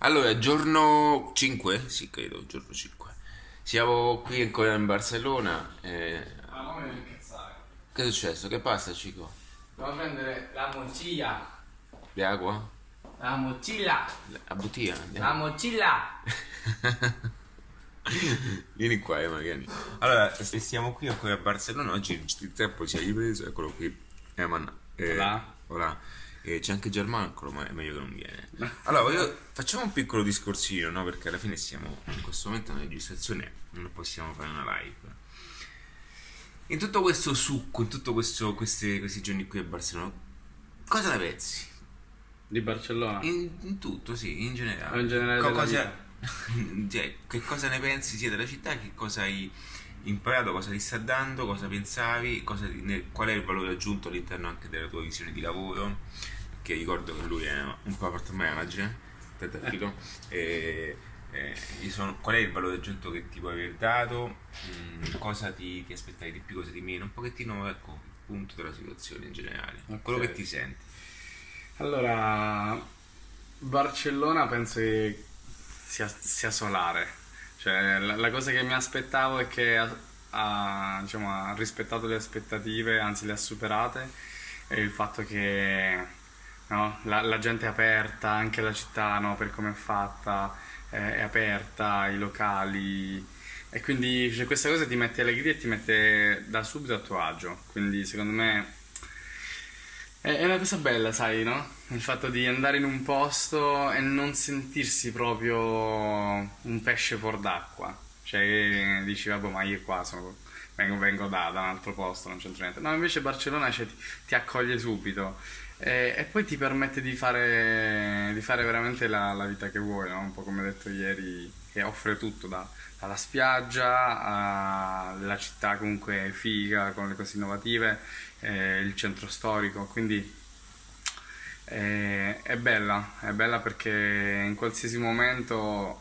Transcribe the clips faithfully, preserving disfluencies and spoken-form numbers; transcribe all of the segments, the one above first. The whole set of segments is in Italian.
Allora, giorno cinque? Sì, credo, giorno cinque. Siamo qui ancora in Barcellona. Eh, Ma non mi devi incazzare. che è successo? Che passa, Cico? Devo prendere la mochila. Di acqua? La mochila. A bottiglia? La Andiamo. mochila. Vieni qua, Emma, vieni. Allora, se stiamo qui ancora a Barcellona, oggi il tempo ci ha ripreso, eccolo qui. Eman. Eh, Hola. hola. Eh, c'è anche Gianmarco, ma è meglio che non viene. Allora, voglio- facciamo un piccolo discorsino, no? Perché alla fine siamo in questo momento in una registrazione, non possiamo fare una live. In tutto questo succo, in tutto questo, questi, questi giorni qui a Barcellona, cosa ne pensi? Di Barcellona. In, in tutto, sì, in generale. O in generale Co- della cosa- cioè, che cosa ne pensi sia della città, che cosa hai imparato, cosa ti sta dando, cosa pensavi, cosa ti- ne- qual è il valore aggiunto all'interno anche della tua visione di lavoro, che ricordo che lui è un property manager, tentafico, e, e gli sono- qual è il valore aggiunto che ti può aver dato, mm, cosa ti, ti aspettavi di più, cosa di meno, un pochettino, ecco, il punto della situazione in generale, Ok. quello che ti senti. Allora, Barcellona penso che sia, sia solare. Cioè, la, la cosa che mi aspettavo è che ha, ha, diciamo, ha rispettato le aspettative, anzi le ha superate, e il fatto che no, la, la gente è aperta, anche la città, no, per come è fatta, eh, è aperta, i locali. E quindi cioè, questa cosa ti mette allegria e ti mette da subito a tuo agio. Quindi secondo me è è una cosa bella, sai, no? Il fatto di andare in un posto e non sentirsi proprio un pesce fuor d'acqua. Cioè, che dici, vabbè, ma io qua sono, vengo, vengo da, da un altro posto, non c'entro niente. No, invece Barcellona cioè, ti, ti accoglie subito e, e poi ti permette di fare, di fare veramente la, la vita che vuoi, no? Un po' come detto ieri, che offre tutto, da, dalla spiaggia alla città comunque figa, con le cose innovative, eh, il centro storico, quindi eh, è bella, è bella perché in qualsiasi momento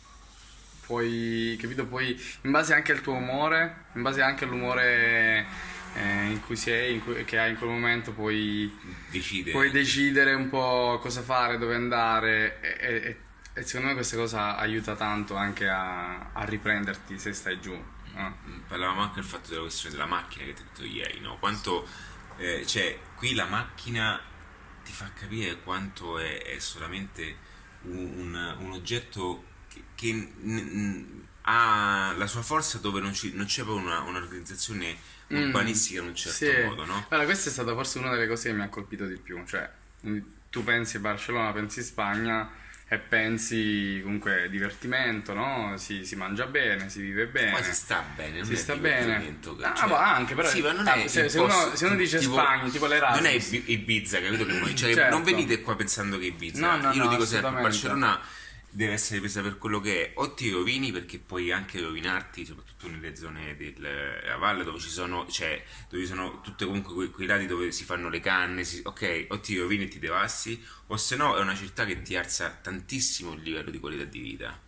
puoi, capito, puoi, in base anche al tuo umore, in base anche all'umore eh, in cui sei, in cui- che hai in quel momento, puoi, Decide. puoi decidere un po' cosa fare, dove andare e, e- e secondo me questa cosa aiuta tanto anche a, a riprenderti se stai giù. No? Parlavamo anche del fatto della questione della macchina che ti ho detto ieri, no? Quanto, eh, cioè, qui la macchina ti fa capire quanto è, è solamente un, un- un oggetto che, che n- n- ha la sua forza dove non, ci- non c'è proprio una, un'organizzazione urbanistica in un certo Sì, modo, no? allora questa è stata forse una delle cose che mi ha colpito di più, cioè mh, tu pensi a Barcellona, pensi Spagna e pensi comunque divertimento, no? Si, si mangia bene, si vive bene. Qua si sta bene, non Si è sta bene. divertimento, che- Ah, cioè- boh, anche, però sì, ma non ah, è se, il se uno, posto- se uno dice tipo- Spagna, tipo non è l'Erasmus. Ibi- Ibiza, capito che vuoi? Cioè, Certo. non venite qua pensando che Ibiza. No, no, Io lo no, dico sempre, assolutamente. Barcellona deve essere presa per quello che è, o ti rovini perché puoi anche rovinarti, soprattutto nelle zone della valle dove ci sono, cioè, dove ci sono tutte comunque quei, quei lati dove si fanno le canne, si- ok, o ti rovini e ti devassi, o se no è una città che ti alza tantissimo il livello di qualità di vita.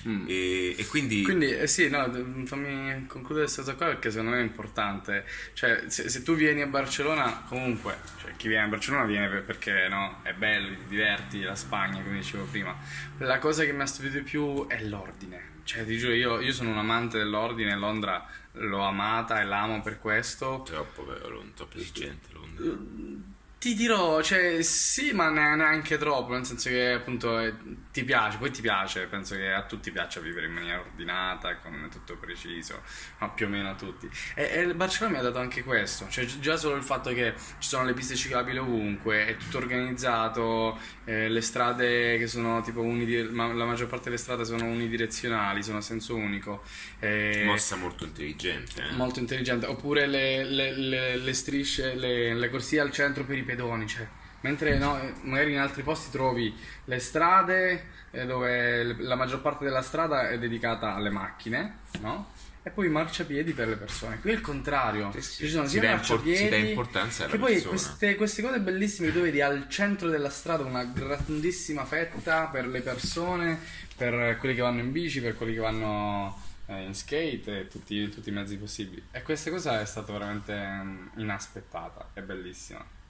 E, e quindi, Quindi, eh sì, no, d- fammi concludere questa cosa qua perché secondo me è importante. Cioè, se, se tu vieni a Barcellona, comunque, cioè, chi viene a Barcellona viene per- perché, no, è bello, ti diverti, la Spagna, come dicevo prima. La cosa che mi ha stupito di più è l'ordine. Cioè, ti giuro, io, io sono un amante dell'ordine, Londra l'ho amata e l'amo per questo. troppo però, Londra, troppo esigente Londra. Ti dirò, cioè sì, ma ne- neanche troppo, nel senso che appunto eh, ti piace, poi ti piace, penso che a tutti piaccia vivere in maniera ordinata, con tutto preciso, ma più o meno a tutti. E, e il Barcellona mi ha dato anche questo, cioè gi- già solo il fatto che ci sono le piste ciclabili ovunque, è tutto organizzato, eh, le strade che sono tipo unidi- ma la maggior parte delle strade sono unidirezionali, sono a senso unico. eh, Mossa molto intelligente, eh. Molto intelligente, oppure le, le, le, le strisce, le, le corsie al centro per i pedoni, cioè, mentre no, eh, magari in altri posti trovi le strade eh, dove le- la maggior parte della strada è dedicata alle macchine, no? E poi i marciapiedi per le persone. Qui è il contrario, Sì, sì. ci sono Si sia dà impor- marciapiedi si dà importanza alla che poi persona. queste, queste cose bellissime che tu vedi al centro della strada una grandissima fetta per le persone, per quelli che vanno in bici, per quelli che vanno eh, in skate e tutti, tutti i mezzi possibili. E questa cosa è stata veramente mm, inaspettata, è bellissima.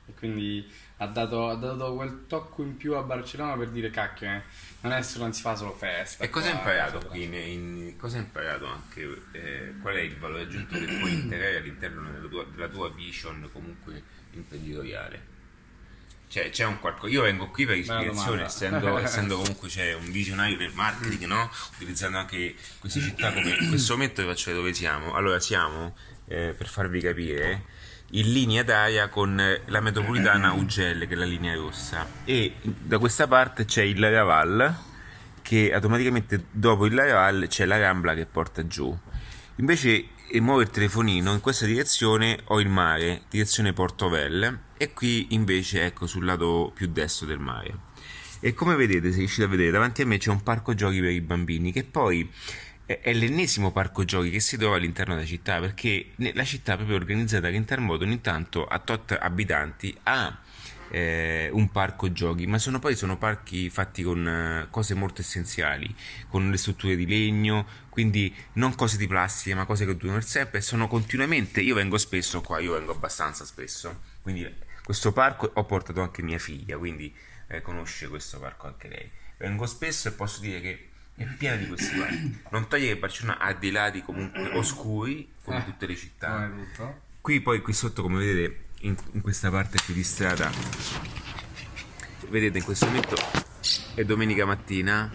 e quindi ha dato, ha dato quel tocco in più a Barcellona per dire cacchio, eh, non è solo, non si fa solo festa. E cosa hai qua, imparato eccetera. qui? In, in- cosa hai imparato anche? Eh, qual è il valore aggiunto che puoi integrare all'interno della tua, della tua vision comunque imprenditoriale? Cioè, c'è un qualcosa. Io vengo qui per Bella ispirazione, domanda. essendo, essendo comunque c'è un visionario del marketing, no? Utilizzando anche queste città come in questo momento vi faccio vedere dove siamo. Allora, siamo, eh, per farvi capire, in linea d'aria con eh, la metropolitana U G L, che è la linea rossa, e da questa parte c'è il Laraval, che automaticamente dopo il Laraval c'è la Rambla che porta giù. Invece e muovo il telefonino in questa direzione, ho il mare, direzione Portovel, e qui invece ecco sul lato più destro del mare. E come vedete, se riuscite a vedere, davanti a me c'è un parco giochi per i bambini, che poi è è l'ennesimo parco giochi che si trova all'interno della città, perché ne- la città è proprio organizzata in tal modo, ogni tanto a tot abitanti ha eh, un parco giochi, ma sono poi sono parchi fatti con eh, cose molto essenziali, con le strutture di legno, quindi non cose di plastica, ma cose che durano per sempre, e sono continuamente, io vengo spesso qua, io vengo abbastanza spesso, quindi questo parco ho portato anche mia figlia, quindi eh, conosce questo parco anche lei. Vengo spesso e posso dire che è piena di questi parchi. Non toglie che Barcellona ha dei lati comunque oscuri, come tutte le città. Come tutto. Qui poi qui sotto, come vedete, in, in questa parte qui di strada, vedete in questo momento è domenica mattina,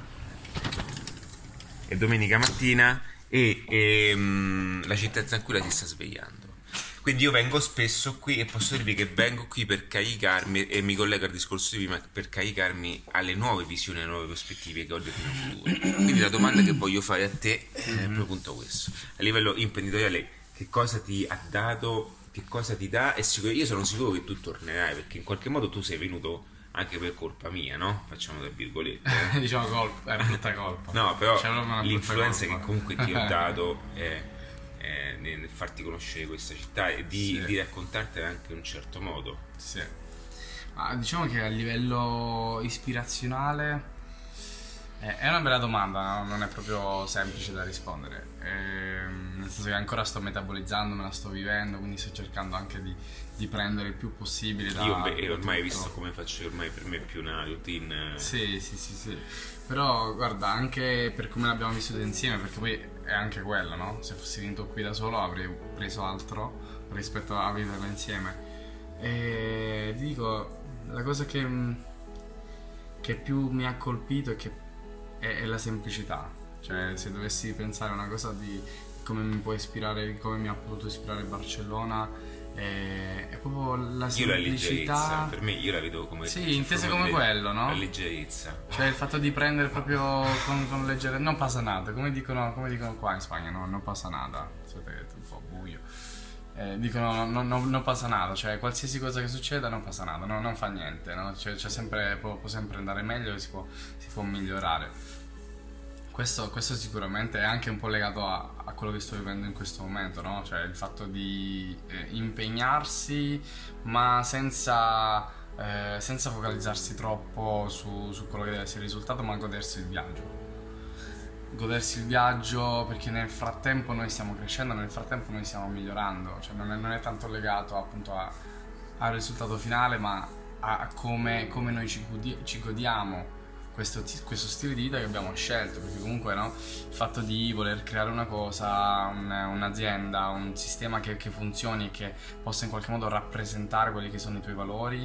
è domenica mattina e, e mm, la città è tranquilla, si sta svegliando. Quindi io vengo spesso qui e posso dirvi che vengo qui per caricarmi, e mi collego al discorso di prima, per caricarmi alle nuove visioni, alle nuove prospettive che ho del mio futuro. Quindi la domanda che voglio fare a te è proprio appunto questo: a livello imprenditoriale, che cosa ti ha dato, che cosa ti dà, e sicuro, io sono sicuro che tu tornerai, perché in qualche modo tu sei venuto anche per colpa mia, no? Facciamo tra virgolette, eh? Diciamo colpa, è brutta colpa. No, però C'è proprio una brutta l'influenza colpa. che comunque ti ho dato è, è nel farti conoscere questa città e di, Sì. di raccontartela anche in un certo modo. Sì. Ah, diciamo che a livello ispirazionale eh, è una bella domanda, no? Non è proprio semplice da rispondere. Ehm, nel senso che ancora sto metabolizzando, me la sto vivendo, quindi sto cercando anche di, di prendere il più possibile da Io beh, da ormai tutto. visto come faccio, ormai per me è più una routine. Sì, sì, sì, sì. Però guarda, anche per come l'abbiamo vissuto insieme, perché poi è anche quello, no? Se fossi venuto qui da solo avrei preso altro rispetto a viverla insieme. E ti dico, la cosa che, che più mi ha colpito è che è, è la semplicità. Cioè, se dovessi pensare a una cosa di come mi può ispirare, come mi ha potuto ispirare Barcellona, è, è proprio la Io la leggerezza, semplicità. per me io la vedo come Sì, intesa forma come di- quello, no? La leggerezza. Cioè il fatto di prendere proprio con, con leggere, non passa nada, come dicono, come dicono qua in Spagna, no? Non passa nada, aspetta che è un po' buio. Eh, dicono non, non- non passa nada, cioè qualsiasi cosa che succeda non passa nada, no- non fa niente, no? Cioè, c'è sempre, può, può sempre andare meglio e si può, si può migliorare. Questo, questo sicuramente è anche un po' legato a, a quello che sto vivendo in questo momento, no? Cioè il fatto di eh, impegnarsi ma senza, eh, senza focalizzarsi troppo su, su quello che deve essere il risultato, ma godersi il viaggio. Godersi il viaggio perché nel frattempo noi stiamo crescendo, nel frattempo noi stiamo migliorando, cioè non è, non è tanto legato appunto a- al risultato finale, ma a, a come, come noi ci, godi- ci godiamo questo, ti- questo stile di vita che abbiamo scelto, perché comunque no, il fatto di voler creare una cosa, un- un'azienda, un sistema che, che funzioni e che possa in qualche modo rappresentare quelli che sono i tuoi valori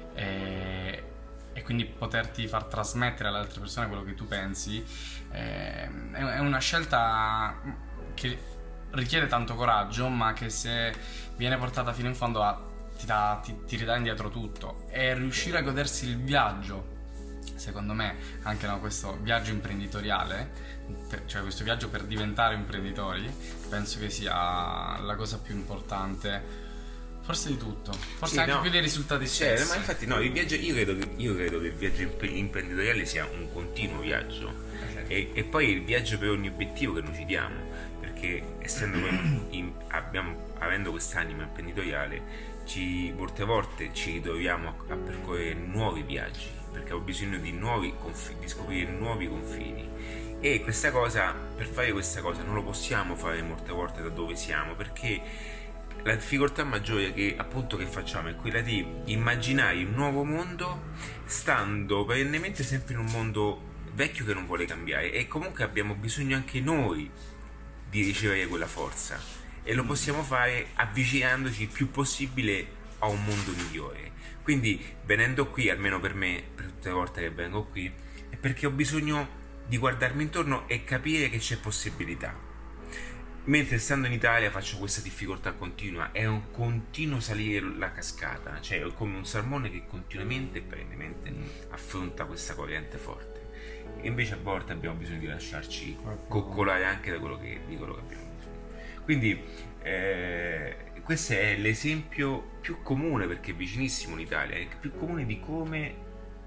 e, e quindi poterti far trasmettere alle altre persone quello che tu pensi, eh, è, è una scelta che richiede tanto coraggio, ma che se viene portata fino in fondo a- ti, dà, ti, ti ridà indietro tutto, e riuscire a godersi il viaggio, secondo me anche no, questo viaggio imprenditoriale, per- cioè questo viaggio per diventare imprenditori, penso che sia la cosa più importante forse di tutto, forse Sì, anche no. più dei risultati Cioè, stessi. ma infatti no, il viaggio, io credo che, io credo che il viaggio imp- imprenditoriale sia un continuo viaggio, e, e poi il viaggio per ogni obiettivo che noi ci diamo, perché essendo noi in- abbiamo, avendo quest'anima imprenditoriale, ci, molte volte ci ritroviamo a, a percorrere nuovi viaggi, perché ho bisogno di nuovi confi- di scoprire nuovi confini, e questa cosa, per fare questa cosa non lo possiamo fare molte volte da dove siamo, perché la difficoltà maggiore che appunto che facciamo è quella di immaginare un nuovo mondo stando perennemente sempre in un mondo vecchio che non vuole cambiare, e comunque abbiamo bisogno anche noi di ricevere quella forza, e lo possiamo fare avvicinandoci il più possibile a un mondo migliore. Quindi venendo qui, almeno per me, per tutte le volte che vengo qui, è perché ho bisogno di guardarmi intorno e capire che c'è possibilità. Mentre stando in Italia faccio questa difficoltà continua, è un continuo salire la cascata, cioè è come un salmone che continuamente e perennemente affronta questa corrente forte. E invece a volte abbiamo bisogno di lasciarci coccolare anche da quello che, di quello che abbiamo bisogno. Quindi eh, questo è l'esempio più comune, perché è vicinissimo in Italia, è più comune di come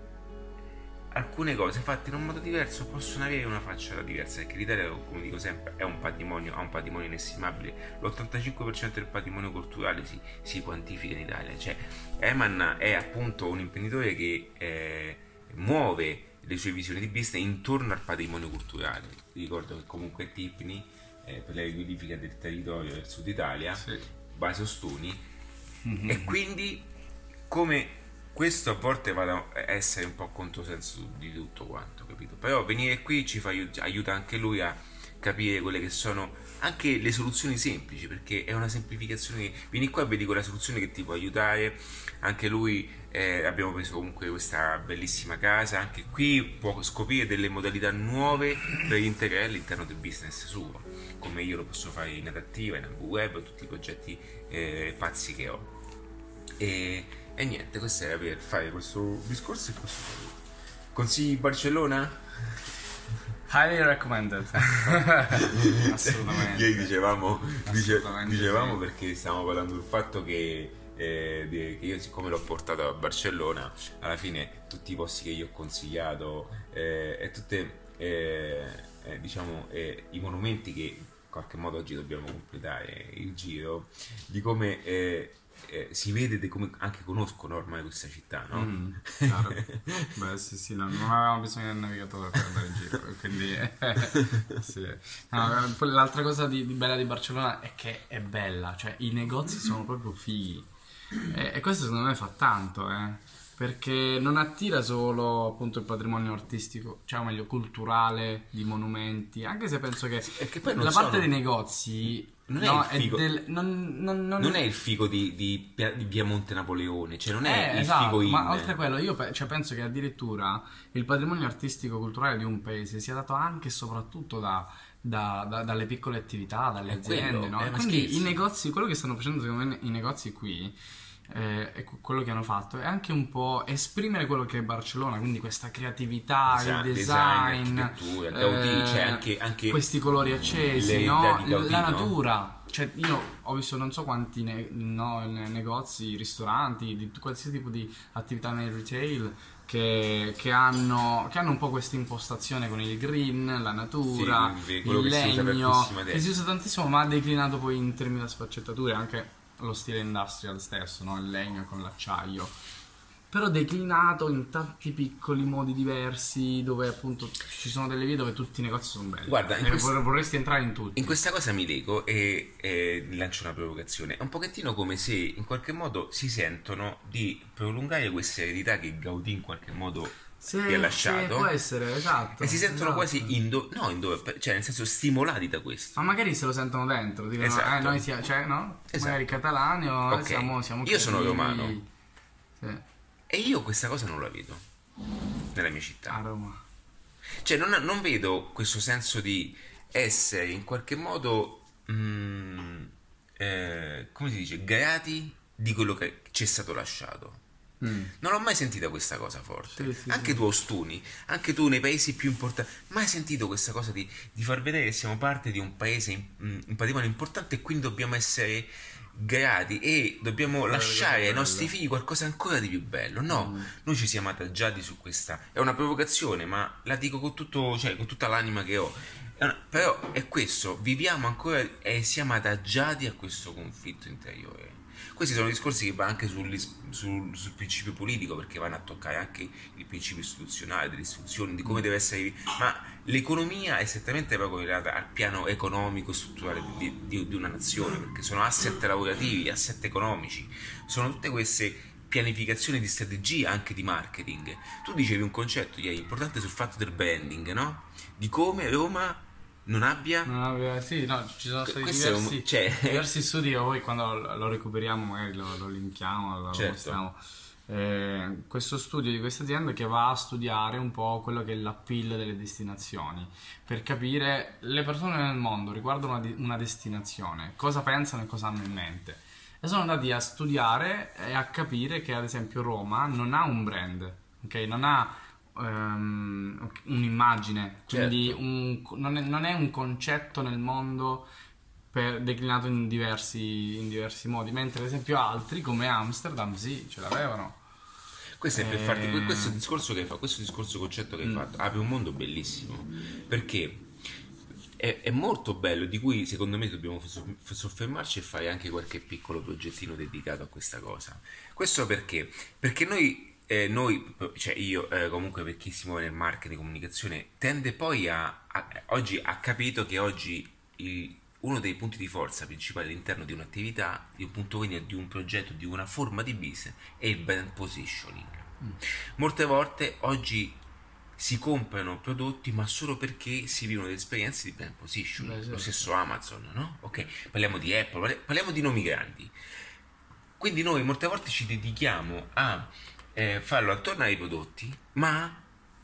alcune cose fatte in un modo diverso possono avere una faccia diversa, perché l'Italia, come dico sempre, è un patrimonio, ha un patrimonio inestimabile. L'ottantacinque per cento del patrimonio culturale si, si quantifica in Italia. Cioè Eman è appunto un imprenditore che eh, muove le sue visioni di business intorno al patrimonio culturale. Vi ricordo che comunque Tipni, eh, per la riqualifica del territorio del sud Italia, sì. Base Ostuni, mm-hmm. E quindi come questo a volte va a essere un po' controsenso di tutto quanto, capito? Però venire qui ci fa aiuta anche lui a capire quelle che sono anche le soluzioni semplici, perché è una semplificazione. Vieni qua e vedi quella soluzione che ti può aiutare. Anche lui eh, abbiamo preso comunque questa bellissima casa, anche qui può scoprire delle modalità nuove per integrare all'interno del business suo, come io lo posso fare in adattiva, in Ambu Web, tutti i progetti eh, pazzi che ho. E, e niente, questo era per fare questo discorso e questo. Consigli Barcellona? Highly recommended. Assolutamente. Ieri dicevamo, dice, Assolutamente dicevamo sì. Perché stavamo parlando del fatto che, eh, di, che io, siccome l'ho portato a Barcellona, alla fine tutti i posti che io ho consigliato eh, e tutte eh, eh, diciamo eh, i monumenti che in qualche modo oggi dobbiamo completare il giro, di come eh, Eh, si vede di come anche conoscono ormai questa città, no? Mm, chiaro. Beh, sì, sì, no, non avevamo bisogno del navigatore per andare in giro, quindi eh, sì. No, poi l'altra cosa di, di bella di Barcellona è che è bella, cioè i negozi sono proprio fighi, e, e questo secondo me fa tanto, eh, perché non attira solo appunto il patrimonio artistico, cioè o meglio culturale, di monumenti, anche se penso che, che poi non la sono... parte dei negozi non, no, è il figo, è del, non, non, non... non è il figo di, di, di Via Monte Napoleone, cioè non è eh, il esatto, figo in... ma oltre a quello io pe- cioè, penso che addirittura il patrimonio artistico culturale di un paese sia dato anche e soprattutto da, da, da, dalle piccole attività, dalle è aziende, quello, no? eh, E quindi scherzi. i negozi, quello che stanno facendo secondo me i negozi qui eh, e quello che hanno fatto è anche un po' esprimere quello che è Barcellona, quindi questa creatività, Design, il design, design, architettura, Gaudì, cioè anche, anche questi colori accesi, le no? idee di Gaudì, La no? natura. Cioè io ho visto non so quanti ne- no, ne- negozi, ristoranti, di qualsiasi tipo di attività nel retail che, che hanno che hanno un po' questa impostazione con il green, la natura, sì, quello il che si usa legno, tantissimo che adesso. si usa tantissimo, ma declinato poi in termini di sfaccettature, anche lo stile industrial stesso, no? Il legno con l'acciaio, però declinato in tanti piccoli modi diversi, dove appunto ci sono delle vie dove tutti i negozi sono belli. Guarda, in e quest- vor- vorresti entrare in tutti. In questa cosa mi lego e, e lancio una provocazione. È un pochettino come se in qualche modo si sentono di prolungare questa eredità che Gaudì in qualche modo Sì, vi ha lasciato, sì, può essere, esatto. e si sentono esatto. quasi indo- no, indo- cioè nel senso stimolati da questo. Ma magari se lo sentono dentro, dicono, Esatto. eh, noi siamo, cioè, no? Esatto. Magari catalani o Ok. siamo, siamo Io sono creativi. romano. Sì, E io questa cosa non la vedo nella mia città. a Roma. Cioè non, non vedo questo senso di essere in qualche modo mm, eh, come si dice, grati di quello che ci è stato lasciato. Mm. Non ho mai sentita questa cosa forte. Sì, sì, anche sì. tu Ostuni, anche tu nei paesi più importanti, mai sentito questa cosa di, di far vedere che siamo parte di un paese, in- un patrimonio importante, e quindi dobbiamo essere grati e dobbiamo Guarda, lasciare che ai bello. nostri figli qualcosa ancora di più bello. No, Mm. noi ci siamo adagiati su questa. È una provocazione, ma la dico con tutto, cioè con tutta l'anima che ho. È una- però è questo, viviamo ancora e siamo adagiati a questo conflitto interiore. Questi sono discorsi che vanno anche sul, sul, sul principio politico, perché vanno a toccare anche il principio istituzionale delle istituzioni, di come deve essere, ma l'economia è strettamente proprio legata al piano economico e strutturale di, di, di una nazione, perché sono asset lavorativi, asset economici, sono tutte queste pianificazioni di strategia, anche di marketing. Tu dicevi un concetto ieri importante sul fatto del branding, no? Di come Roma non abbia... Non aveva- sì, no, ci sono stati Questo è un- diversi, cioè- diversi studi, e poi quando lo, lo recuperiamo magari lo, lo linkiamo, lo Certo. mostriamo. Eh, questo studio di questa azienda che va a studiare un po' quello che è l'appeal delle destinazioni, per capire le persone nel mondo riguardo una, di- una destinazione, cosa pensano e cosa hanno in mente. E sono andati a studiare e a capire che ad esempio Roma non ha un brand, ok? Non ha ehm, un'immagine, quindi Certo. un- non, è, non è un concetto nel mondo per- declinato in diversi, in diversi modi, mentre ad esempio altri come Amsterdam sì, ce l'avevano. Questo è per Eh, farti que- questo discorso che hai fatto, questo discorso concetto che hai fatto, apre un mondo bellissimo, perché è, è molto bello, di cui secondo me dobbiamo so- soffermarci e fare anche qualche piccolo progettino dedicato a questa cosa. Questo perché? Perché noi, eh, noi cioè io eh, comunque, per chi si muove nel marketing e comunicazione, tende poi a, a- oggi ha capito che oggi il- uno dei punti di forza principali all'interno di un'attività, di un punto vendita, di un progetto, di una forma di business, è il brand positioning. Molte volte oggi si comprano prodotti ma solo perché si vivono delle esperienze di brand positioning. Beh, certo. Lo stesso Amazon, no? Ok, parliamo di Apple, parli- parliamo di nomi grandi. Quindi noi molte volte ci dedichiamo a eh, farlo attorno ai prodotti, ma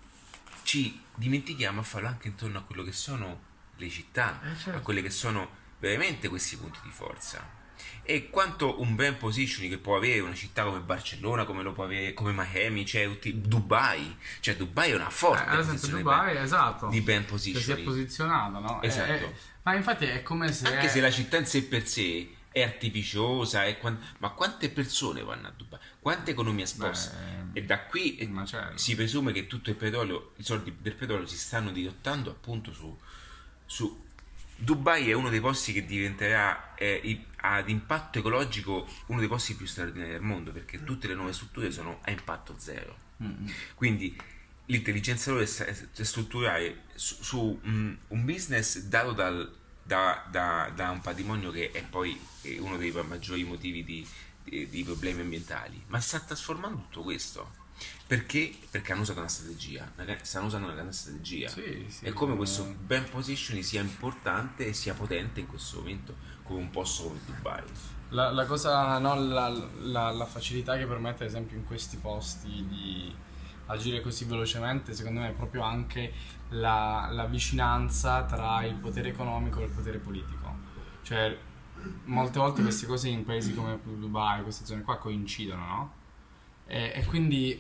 ci dimentichiamo a farlo anche intorno a quello che sono le città, Eh, certo. a quelle che sono veramente questi punti di forza. E quanto un brand positioning che può avere una città come Barcellona, come lo può avere come Miami, cioè tutti- Dubai, cioè Dubai è una Eh, forte ad esempio posizione Dubai, brand- esatto, di brand che si è positioning. posizionata, no? Eh, Esatto. eh, ma infatti è come se... Anche se la città in sé per sé è artificiosa, è quan- ma quante persone vanno a Dubai? Quante economie sposta? Beh, E da qui eh, ma certo. si presume che tutto il petrolio, i soldi del petrolio si stanno dirottando appunto su, su Dubai. È uno dei posti che diventerà eh, i- ad impatto ecologico uno dei posti più straordinari del mondo, perché tutte le nuove strutture sono a impatto zero. Quindi l'intelligenza loro è, è strutturare su, su un, un business dato dal, da, da- da un patrimonio che è poi eh, uno dei maggiori motivi di, di- di problemi ambientali, ma sta trasformando tutto questo. Perché? Perché hanno usato una strategia, una- stanno usando una grande strategia. Sì, sì, E come questo eh. brand positioning sia importante e sia potente in questo momento, come un posto come Dubai. La, la cosa, no, la, la- la facilità che permette ad esempio in questi posti di agire così velocemente, secondo me è proprio anche la, la vicinanza tra il potere economico e il potere politico. Cioè, molte volte queste cose in paesi come Dubai, queste zone qua coincidono, no? E, e quindi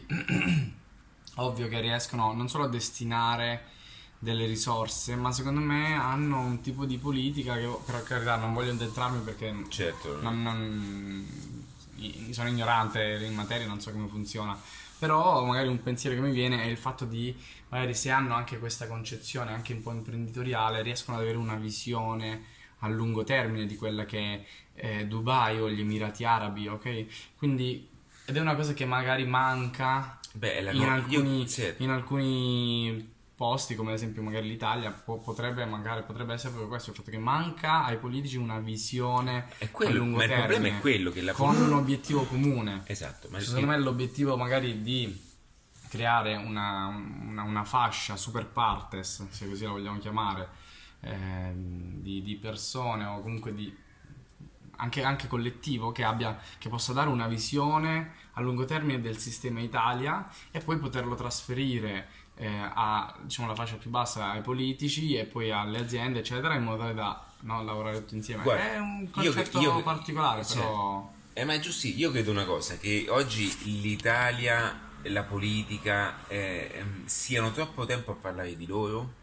ovvio che riescono non solo a destinare delle risorse, ma secondo me hanno un tipo di politica che, per carità, non voglio addentrarmi perché Certo. non, non- i- sono ignorante in materia, non so come funziona, però magari un pensiero che mi viene è il fatto di, magari se hanno anche questa concezione anche un po' imprenditoriale, riescono ad avere una visione a lungo termine di quella che è eh, Dubai o gli Emirati Arabi, ok? Quindi, ed è una cosa che magari manca Beh, la in, no- alcuni, io- sì. in alcuni posti, come ad esempio magari l'Italia, po- potrebbe, magari, potrebbe essere proprio questo, il fatto che manca ai politici una visione È quello, a lungo ma il termine, problema è quello che la con politica- un obiettivo comune. Esatto, ma Secondo me l'obiettivo magari di creare una, una, una fascia super partes, se così la vogliamo chiamare, ehm, di, di persone o comunque di anche, anche collettivo che abbia, che possa dare una visione a lungo termine del sistema Italia e poi poterlo trasferire eh, a, diciamo, la fascia più bassa ai politici e poi alle aziende eccetera, in modo tale da, no, lavorare tutti insieme. Guarda, è un io- concetto io- particolare, sì. però Eh, ma è giusto, io credo una cosa, che oggi l'Italia e la politica eh, ehm, siano troppo tempo a parlare di loro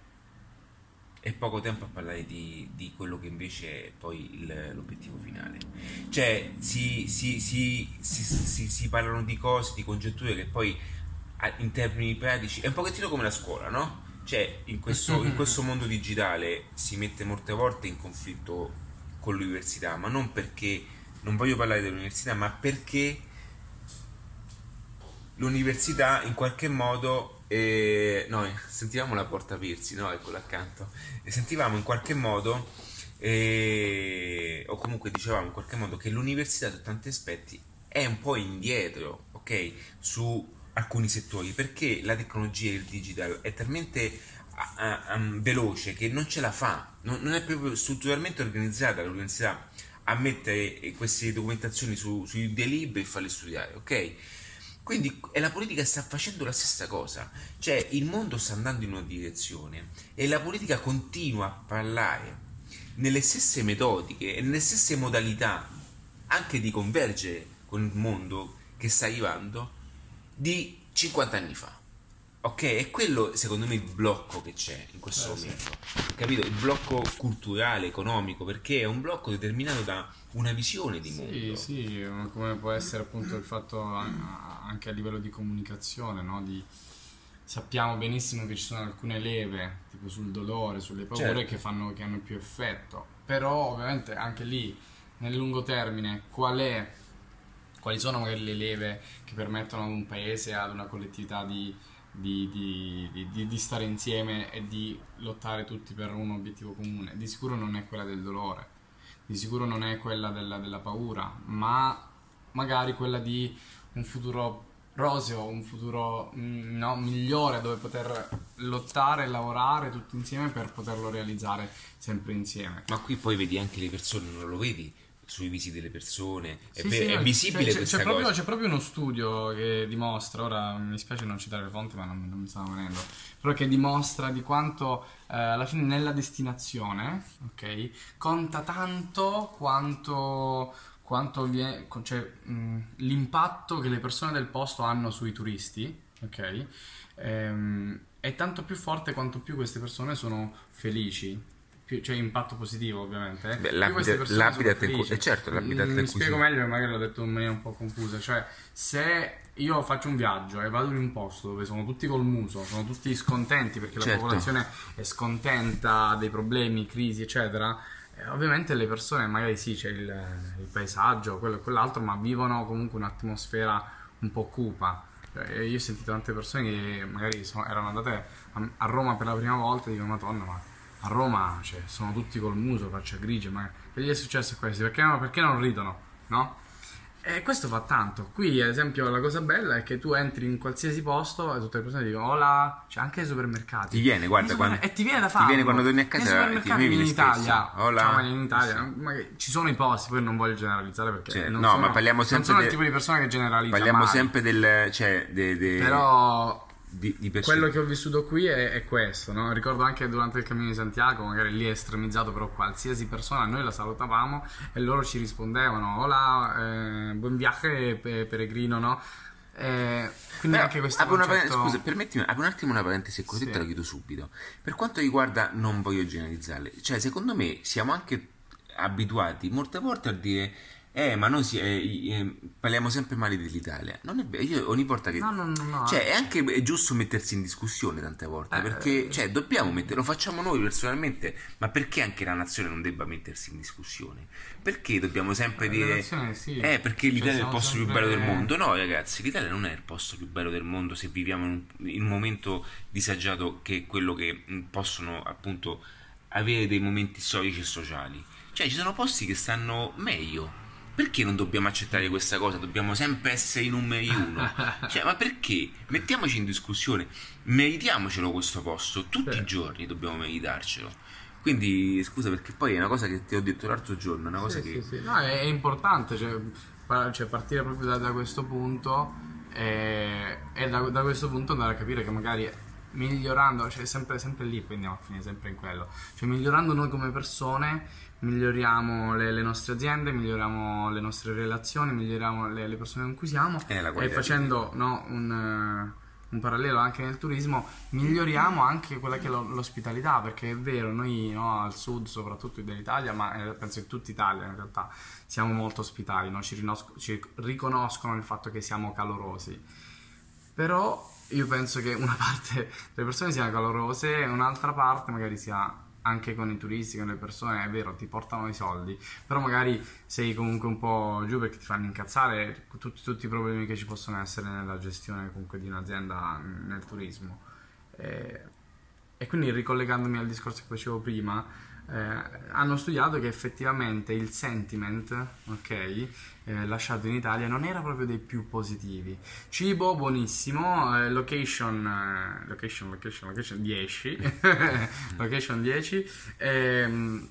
e poco tempo a parlare di, di quello che invece è poi il- l'obiettivo finale. Cioè, si, si, si, si, si- si parlano di cose, di congetture che poi a- in termini pratici è un pochettino come la scuola, no? Cioè, in questo, in questo mondo digitale si mette molte volte in conflitto con l'università, ma non perché non voglio parlare dell'università, ma perché l'università in qualche modo, eh, noi sentivamo la porta aprirsi, no? Eccola accanto, e sentivamo in qualche modo, eh, o comunque dicevamo in qualche modo che l'università su tanti aspetti è un po' indietro, ok? Su alcuni settori, perché la tecnologia e il digital è talmente uh, um, veloce che non ce la fa, non, non è proprio strutturalmente organizzata l'università a mettere queste documentazioni su, sui dei libri e farle studiare, ok? Quindi e la politica sta facendo la stessa cosa, cioè il mondo sta andando in una direzione e la politica continua a parlare nelle stesse metodiche e nelle stesse modalità anche di convergere con il mondo che sta arrivando di cinquanta anni fa, ok? E quello secondo me il blocco che c'è in questo eh, momento, sì. capito? Il blocco culturale, economico, perché è un blocco determinato da una visione di Sì, mondo. sì, come può essere appunto il fatto anche a livello di comunicazione, no? Di, sappiamo benissimo che ci sono alcune leve, tipo sul dolore, sulle paure, Certo. che fanno, che hanno più effetto, però ovviamente anche lì nel lungo termine qual è, quali sono magari le leve che permettono ad un paese, ad una collettività di, di, di, di, di, di stare insieme e di lottare tutti per un obiettivo comune? Di sicuro non è quella del dolore, di sicuro non è quella della, della paura, ma magari quella di un futuro roseo, un futuro mm, no, migliore, dove poter lottare e lavorare tutti insieme per poterlo realizzare sempre insieme. Ma qui poi vedi anche le persone, non lo vedi sui visi delle persone, è, Sì, ve- sì, è no, visibile c'è, c'è, questa c'è proprio, cosa. c'è proprio uno studio che dimostra, ora mi spiace non citare le fonti ma non, non mi stava venendo, però che dimostra di quanto eh, alla fine nella destinazione, ok, conta tanto quanto, quanto vie- cioè, mh, l'impatto che le persone del posto hanno sui turisti, ok, ehm, è tanto più forte quanto più queste persone sono felici. Più- cioè impatto positivo ovviamente, eh. Beh, Più l'abita- queste persone l'habitat sono è cu- felici. eh, certo, l'habitat Mm, è mi spiego così. meglio, magari l'ho detto in maniera un po' confusa, cioè se io faccio un viaggio e vado in un posto dove sono tutti col muso, sono tutti scontenti perché la Certo. popolazione è scontenta, ha dei problemi, crisi eccetera, eh, ovviamente le persone magari sì c'è il, il paesaggio, quello e quell'altro, ma vivono comunque un'atmosfera un po' cupa. Cioè, io ho sentito tante persone che magari sono- erano andate a, a Roma per la prima volta e dicono madonna, ma a Roma cioè, sono tutti col muso, faccia grigia, ma che gli è successo a questi? Perché, no- perché non ridono? No? E questo fa tanto. Qui, ad esempio, la cosa bella è che tu entri in qualsiasi posto e tutte le persone dicono hola, c'è anche ai supermercati. Ti viene, guarda, I super- quando- e ti viene da ti farlo. viene quando torni a casa, Nei ti supermercati bevi in le Italia, scherzi. Hola. ciao, in Italia, Sì. magari ci sono i posti, poi non voglio generalizzare perché Cioè, non no, sono, ma parliamo non sempre sono il de- tipo di persona che generalizza Parliamo mai. sempre del, cioè, de- de- Però di, di persone. quello che ho vissuto qui è, è questo, no? Ricordo anche durante il cammino di Santiago, magari lì è estremizzato, però qualsiasi persona noi la salutavamo e loro ci rispondevano hola, eh, buon viaje pe- peregrino, no? Eh, quindi Però, anche questo apro una concetto... pare- scusa, permettimi, apro un attimo una parentesi e così Sì. te la chiudo subito. Per quanto riguarda, non voglio generalizzare, cioè secondo me siamo anche abituati molte volte a dire eh ma noi si- eh, eh, parliamo sempre male dell'Italia. Non è vero, io ogni volta che No, no, no, no. cioè è anche è giusto mettersi in discussione tante volte, Eh, perché cioè dobbiamo mettere, lo facciamo noi personalmente, ma perché anche la nazione non debba mettersi in discussione? Perché dobbiamo sempre La dire nazione, sì. eh perché Cioè, l'Italia è il siamo posto più sempre- bello del mondo? No ragazzi, l'Italia non è il posto più bello del mondo se viviamo in un, in un momento disagiato che è quello che mh, possono appunto avere dei momenti storici e sociali. Cioè ci sono posti che stanno meglio. Perché non dobbiamo accettare questa cosa? Dobbiamo sempre essere i numeri uno. Cioè, ma perché? Mettiamoci in discussione, meritiamocelo questo posto, tutti Sì. i giorni dobbiamo meritarcelo. Quindi, scusa, perché poi è una cosa che ti ho detto l'altro giorno, è una cosa Sì, che... sì, sì. No, è, è importante, cioè, pa- cioè, partire proprio da, da questo punto e, e da, da questo punto andare a capire che magari migliorando, cioè sempre, sempre lì, poi andiamo a finire sempre in quello, cioè migliorando noi come persone, miglioriamo le, le nostre aziende, miglioriamo le nostre relazioni, miglioriamo le, le persone con cui siamo Eh, la e qualità facendo no, un, eh, un parallelo anche nel turismo, miglioriamo anche quella che è lo- l'ospitalità, perché è vero, noi no, al sud soprattutto dell'Italia, ma eh, penso in tutta Italia in realtà, siamo molto ospitali, no? ci, rinosco- ci riconoscono il fatto che siamo calorosi, però io penso che una parte delle persone siano calorose e un'altra parte magari sia anche con i turisti, con le persone, è vero, ti portano i soldi, però magari sei comunque un po' giù perché ti fanno incazzare tutti, tutti i problemi che ci possono essere nella gestione comunque di un'azienda nel turismo. E, e quindi ricollegandomi al discorso che facevo prima, eh, hanno studiato che effettivamente il sentiment, ok, eh, lasciato in Italia non era proprio dei più positivi. Cibo buonissimo, eh, location, eh, location, location, location dieci, location dieci, ehm,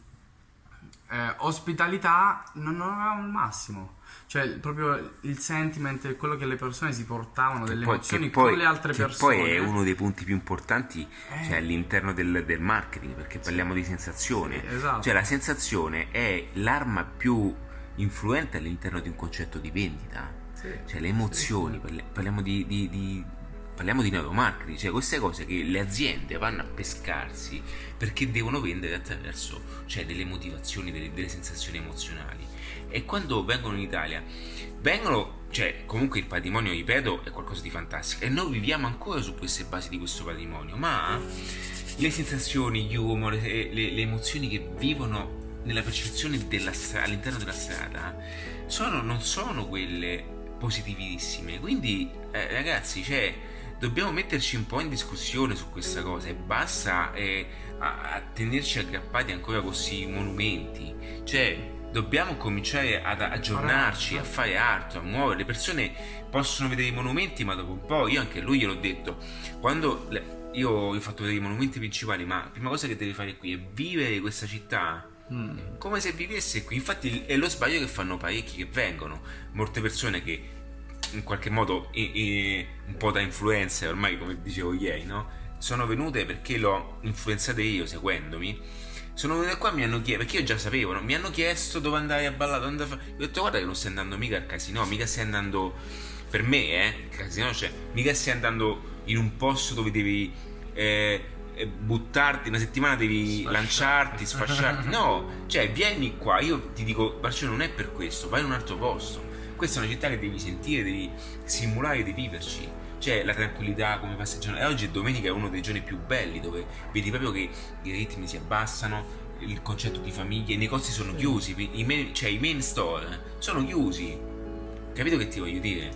eh, ospitalità non, non aveva il massimo. Cioè proprio il sentiment, quello che le persone si portavano, delle poi, emozioni poi, con le altre che persone. Poi è uno dei punti più importanti, eh. cioè, all'interno del, del marketing, perché parliamo di sensazione. Sì, esatto. Cioè la sensazione è l'arma più influente all'interno di un concetto di vendita. Sì, cioè le emozioni, sì, sì. parliamo di, di, di parliamo di neuromarketing, cioè queste cose che le aziende vanno a pescarsi perché devono vendere attraverso, cioè, delle motivazioni, delle, delle sensazioni emozionali. E quando vengono in Italia vengono, cioè comunque il patrimonio, ripeto, è qualcosa di fantastico e noi viviamo ancora su queste basi di questo patrimonio, ma le sensazioni, gli humor, le, le, le emozioni che vivono nella percezione della strada, all'interno della strada, sono, non sono quelle positivissime. Quindi eh, ragazzi, cioè, dobbiamo metterci un po' in discussione su questa cosa e basta eh, a, a tenerci aggrappati ancora con questi monumenti. Cioè dobbiamo cominciare ad aggiornarci, a fare arte, a muovere. Le persone possono vedere i monumenti, ma dopo un po', io anche a lui gliel'ho detto, quando le, io gli ho fatto vedere i monumenti principali, ma la prima cosa che devi fare qui è vivere questa città mm. come se vivesse qui. Infatti è lo sbaglio che fanno parecchi che vengono, molte persone che in qualche modo e, e, un po' da influencer, ormai come dicevo ieri, no? Sono venute perché l'ho influenzate io seguendomi. Sono venute qua e mi hanno chiesto, perché io già sapevo, no? Mi hanno chiesto dove andare a ballare, dove andare a fare. Io ho detto guarda che non stai andando mica al casino, mica stai andando, per me eh, il casino, cioè, mica stai andando in un posto dove devi eh, buttarti, una settimana devi sfasciarti. lanciarti, sfasciarti. No, cioè vieni qua, io ti dico Barcellona non è per questo, vai in un altro posto. Questa è una città che devi sentire, devi simulare di viverci. C'è la tranquillità come passeggiano. E oggi domenica è uno dei giorni più belli, dove vedi proprio che i ritmi si abbassano, il concetto di famiglia, i negozi sono chiusi, i main, cioè i main store sono chiusi. Capito che ti voglio dire?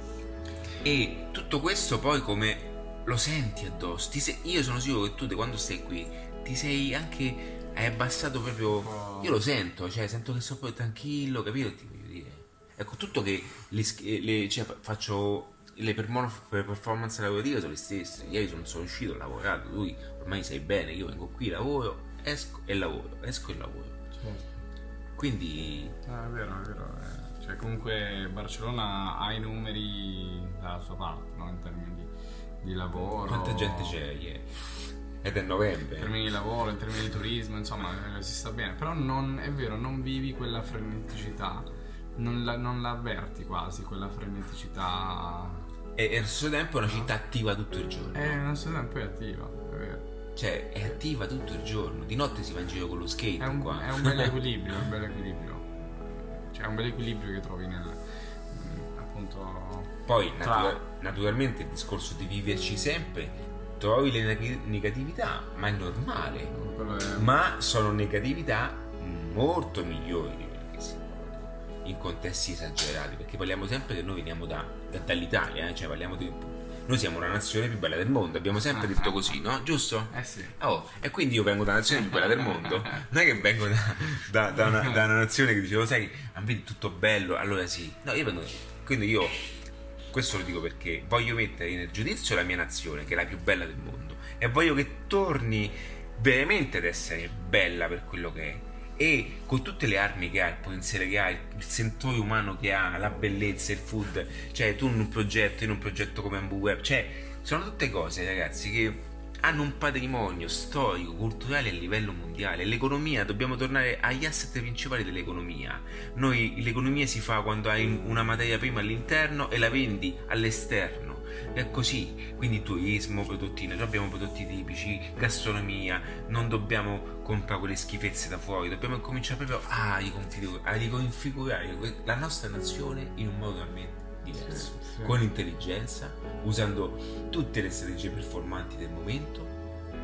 E tutto questo poi come lo senti addosso. Ti sei, io sono sicuro che tu, quando stai qui, ti sei anche, hai abbassato proprio. Io lo sento, cioè sento che sono proprio tranquillo, capito? Ti voglio dire. Ecco, tutto che le, le, cioè, faccio. Le performance lavorative sono le stesse. Ieri sono, sono uscito, ho lavorato, lui ormai sai bene, io vengo qui, lavoro, esco e lavoro, esco e lavoro. Certo. Quindi ah, è vero, è vero. Eh. Cioè comunque Barcellona ha i numeri dalla sua parte, no? In termini di, di lavoro. Quanta gente c'è ieri? Ed è novembre. In termini di lavoro, in termini di turismo, insomma, si sta bene. Però non è vero, non vivi quella freneticità, non la, non la avverti quasi, quella freneticità. E allo stesso tempo è una città attiva tutto il giorno. E allo stesso tempo è attiva, è vero. Cioè è attiva tutto il giorno. Di notte si va in giro con lo skate. È un, qua. È un bel equilibrio, è un bel equilibrio. Cioè è un bel equilibrio che trovi nel, appunto. Poi tra... natura- naturalmente il discorso di viverci sempre, trovi le neg- negatività, ma è normale. È... Ma sono negatività molto migliori di quelle che si trovano in contesti esagerati, perché parliamo sempre che noi veniamo da, da, dall'Italia, eh? Cioè parliamo di, noi siamo la nazione più bella del mondo, abbiamo sempre ah, detto ah, così, no? Giusto? Eh sì. Oh, e quindi io vengo dalla nazione più bella del mondo, non è che vengo da, da, da, una, da una nazione che dicevo, sai, a me è tutto bello, allora sì. No, io vengo, quindi io questo lo dico perché voglio mettere nel giudizio la mia nazione, che è la più bella del mondo, e voglio che torni veramente ad essere bella per quello che è. E con tutte le armi che ha, il potenziale che ha, il sentore umano che ha, la bellezza, il food, cioè tu in un progetto, in un progetto come AmbuWeb, cioè sono tutte cose, ragazzi, che hanno un patrimonio storico, culturale a livello mondiale. L'economia, dobbiamo tornare agli asset principali dell'economia. Noi, l'economia si fa quando hai una materia prima all'interno e la vendi all'esterno. È così, quindi turismo, prodotti, noi abbiamo prodotti tipici, gastronomia, non dobbiamo comprare quelle schifezze da fuori, dobbiamo cominciare proprio a riconfigurare, a riconfigurare la nostra nazione in un modo totalmente diverso, sì, sì. Con intelligenza, usando tutte le strategie performanti del momento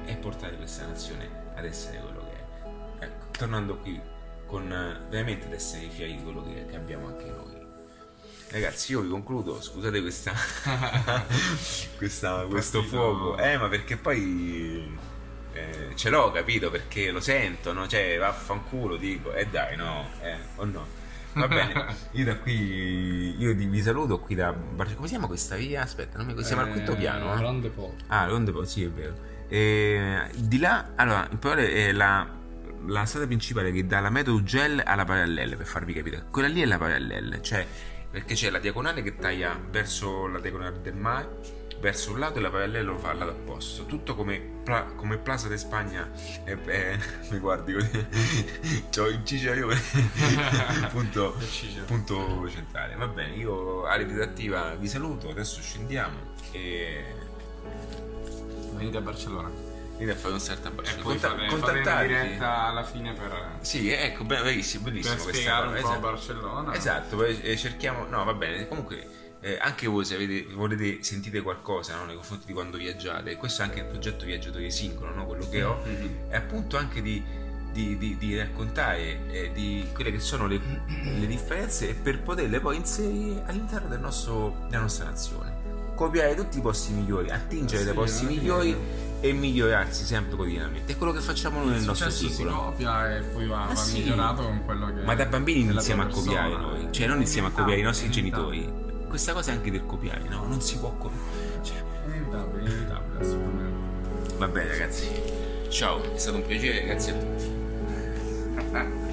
e portare questa nazione ad essere quello che è. Ecco, tornando qui con eh, veramente ad essere fieri di quello che, che abbiamo anche noi. Ragazzi, io vi concludo, scusate questa, questa questo fuoco, eh ma perché poi eh, ce l'ho capito, perché lo sento, no? Cioè vaffanculo dico, e eh dai no, eh, o no. Va bene, io da qui, io vi saluto qui da Bar- come si chiama questa via? Aspetta, non mi siamo al quinto piano, eh? Ronde Po. Ah, Ronde Po, sì è vero. E, di là, allora, in parole è la, la strada principale che dà la metro Ugel alla parallela, per farvi capire. Quella lì è la parallela, cioè perché c'è la diagonale che taglia verso la diagonale del mare, verso un lato, e la parallela lo fa al lato opposto. Tutto come, pla- come Plaza de Spagna. Eh, eh, mi guardi così. C'ho inciso io. punto, punto centrale. Va bene, io Area Didattiva vi saluto. Adesso scendiamo e Venite a Barcellona. venite a fare un salto a E Barcellona. poi fate, fate una Contattatemi. diretta alla fine per, Sì, ecco, be- bellissimo, bellissimo per questa spiegare cosa. un po' Esatto. Barcellona. Esatto, poi eh, cerchiamo, no va bene, comunque eh, anche voi se avete, volete sentire qualcosa, no, nei confronti di quando viaggiate, questo è anche il progetto Viaggiatori Sincrono, no, quello che ho, Mm-hmm. è appunto anche di, di, di, di raccontare eh, di quelle che sono le, le differenze, e per poterle poi inserire all'interno del nostro, della nostra nazione, copiare tutti i posti migliori, attingere Sì, dai posti no, migliori e migliorarsi sempre quotidianamente. È quello che facciamo noi nel Il nostro successo si singolo. copia e poi va, Ah, va sì. migliorato con quello che Ma da bambini è la iniziamo a tua copiare persona. noi, cioè non iniziamo a copiare i nostri È inevitabile. genitori. Questa cosa è anche del copiare, no? Non si può copiare. Cioè, È inevitabile, è inevitabile, assolutamente. va bene ragazzi. Ciao, è stato un piacere, grazie a tutti.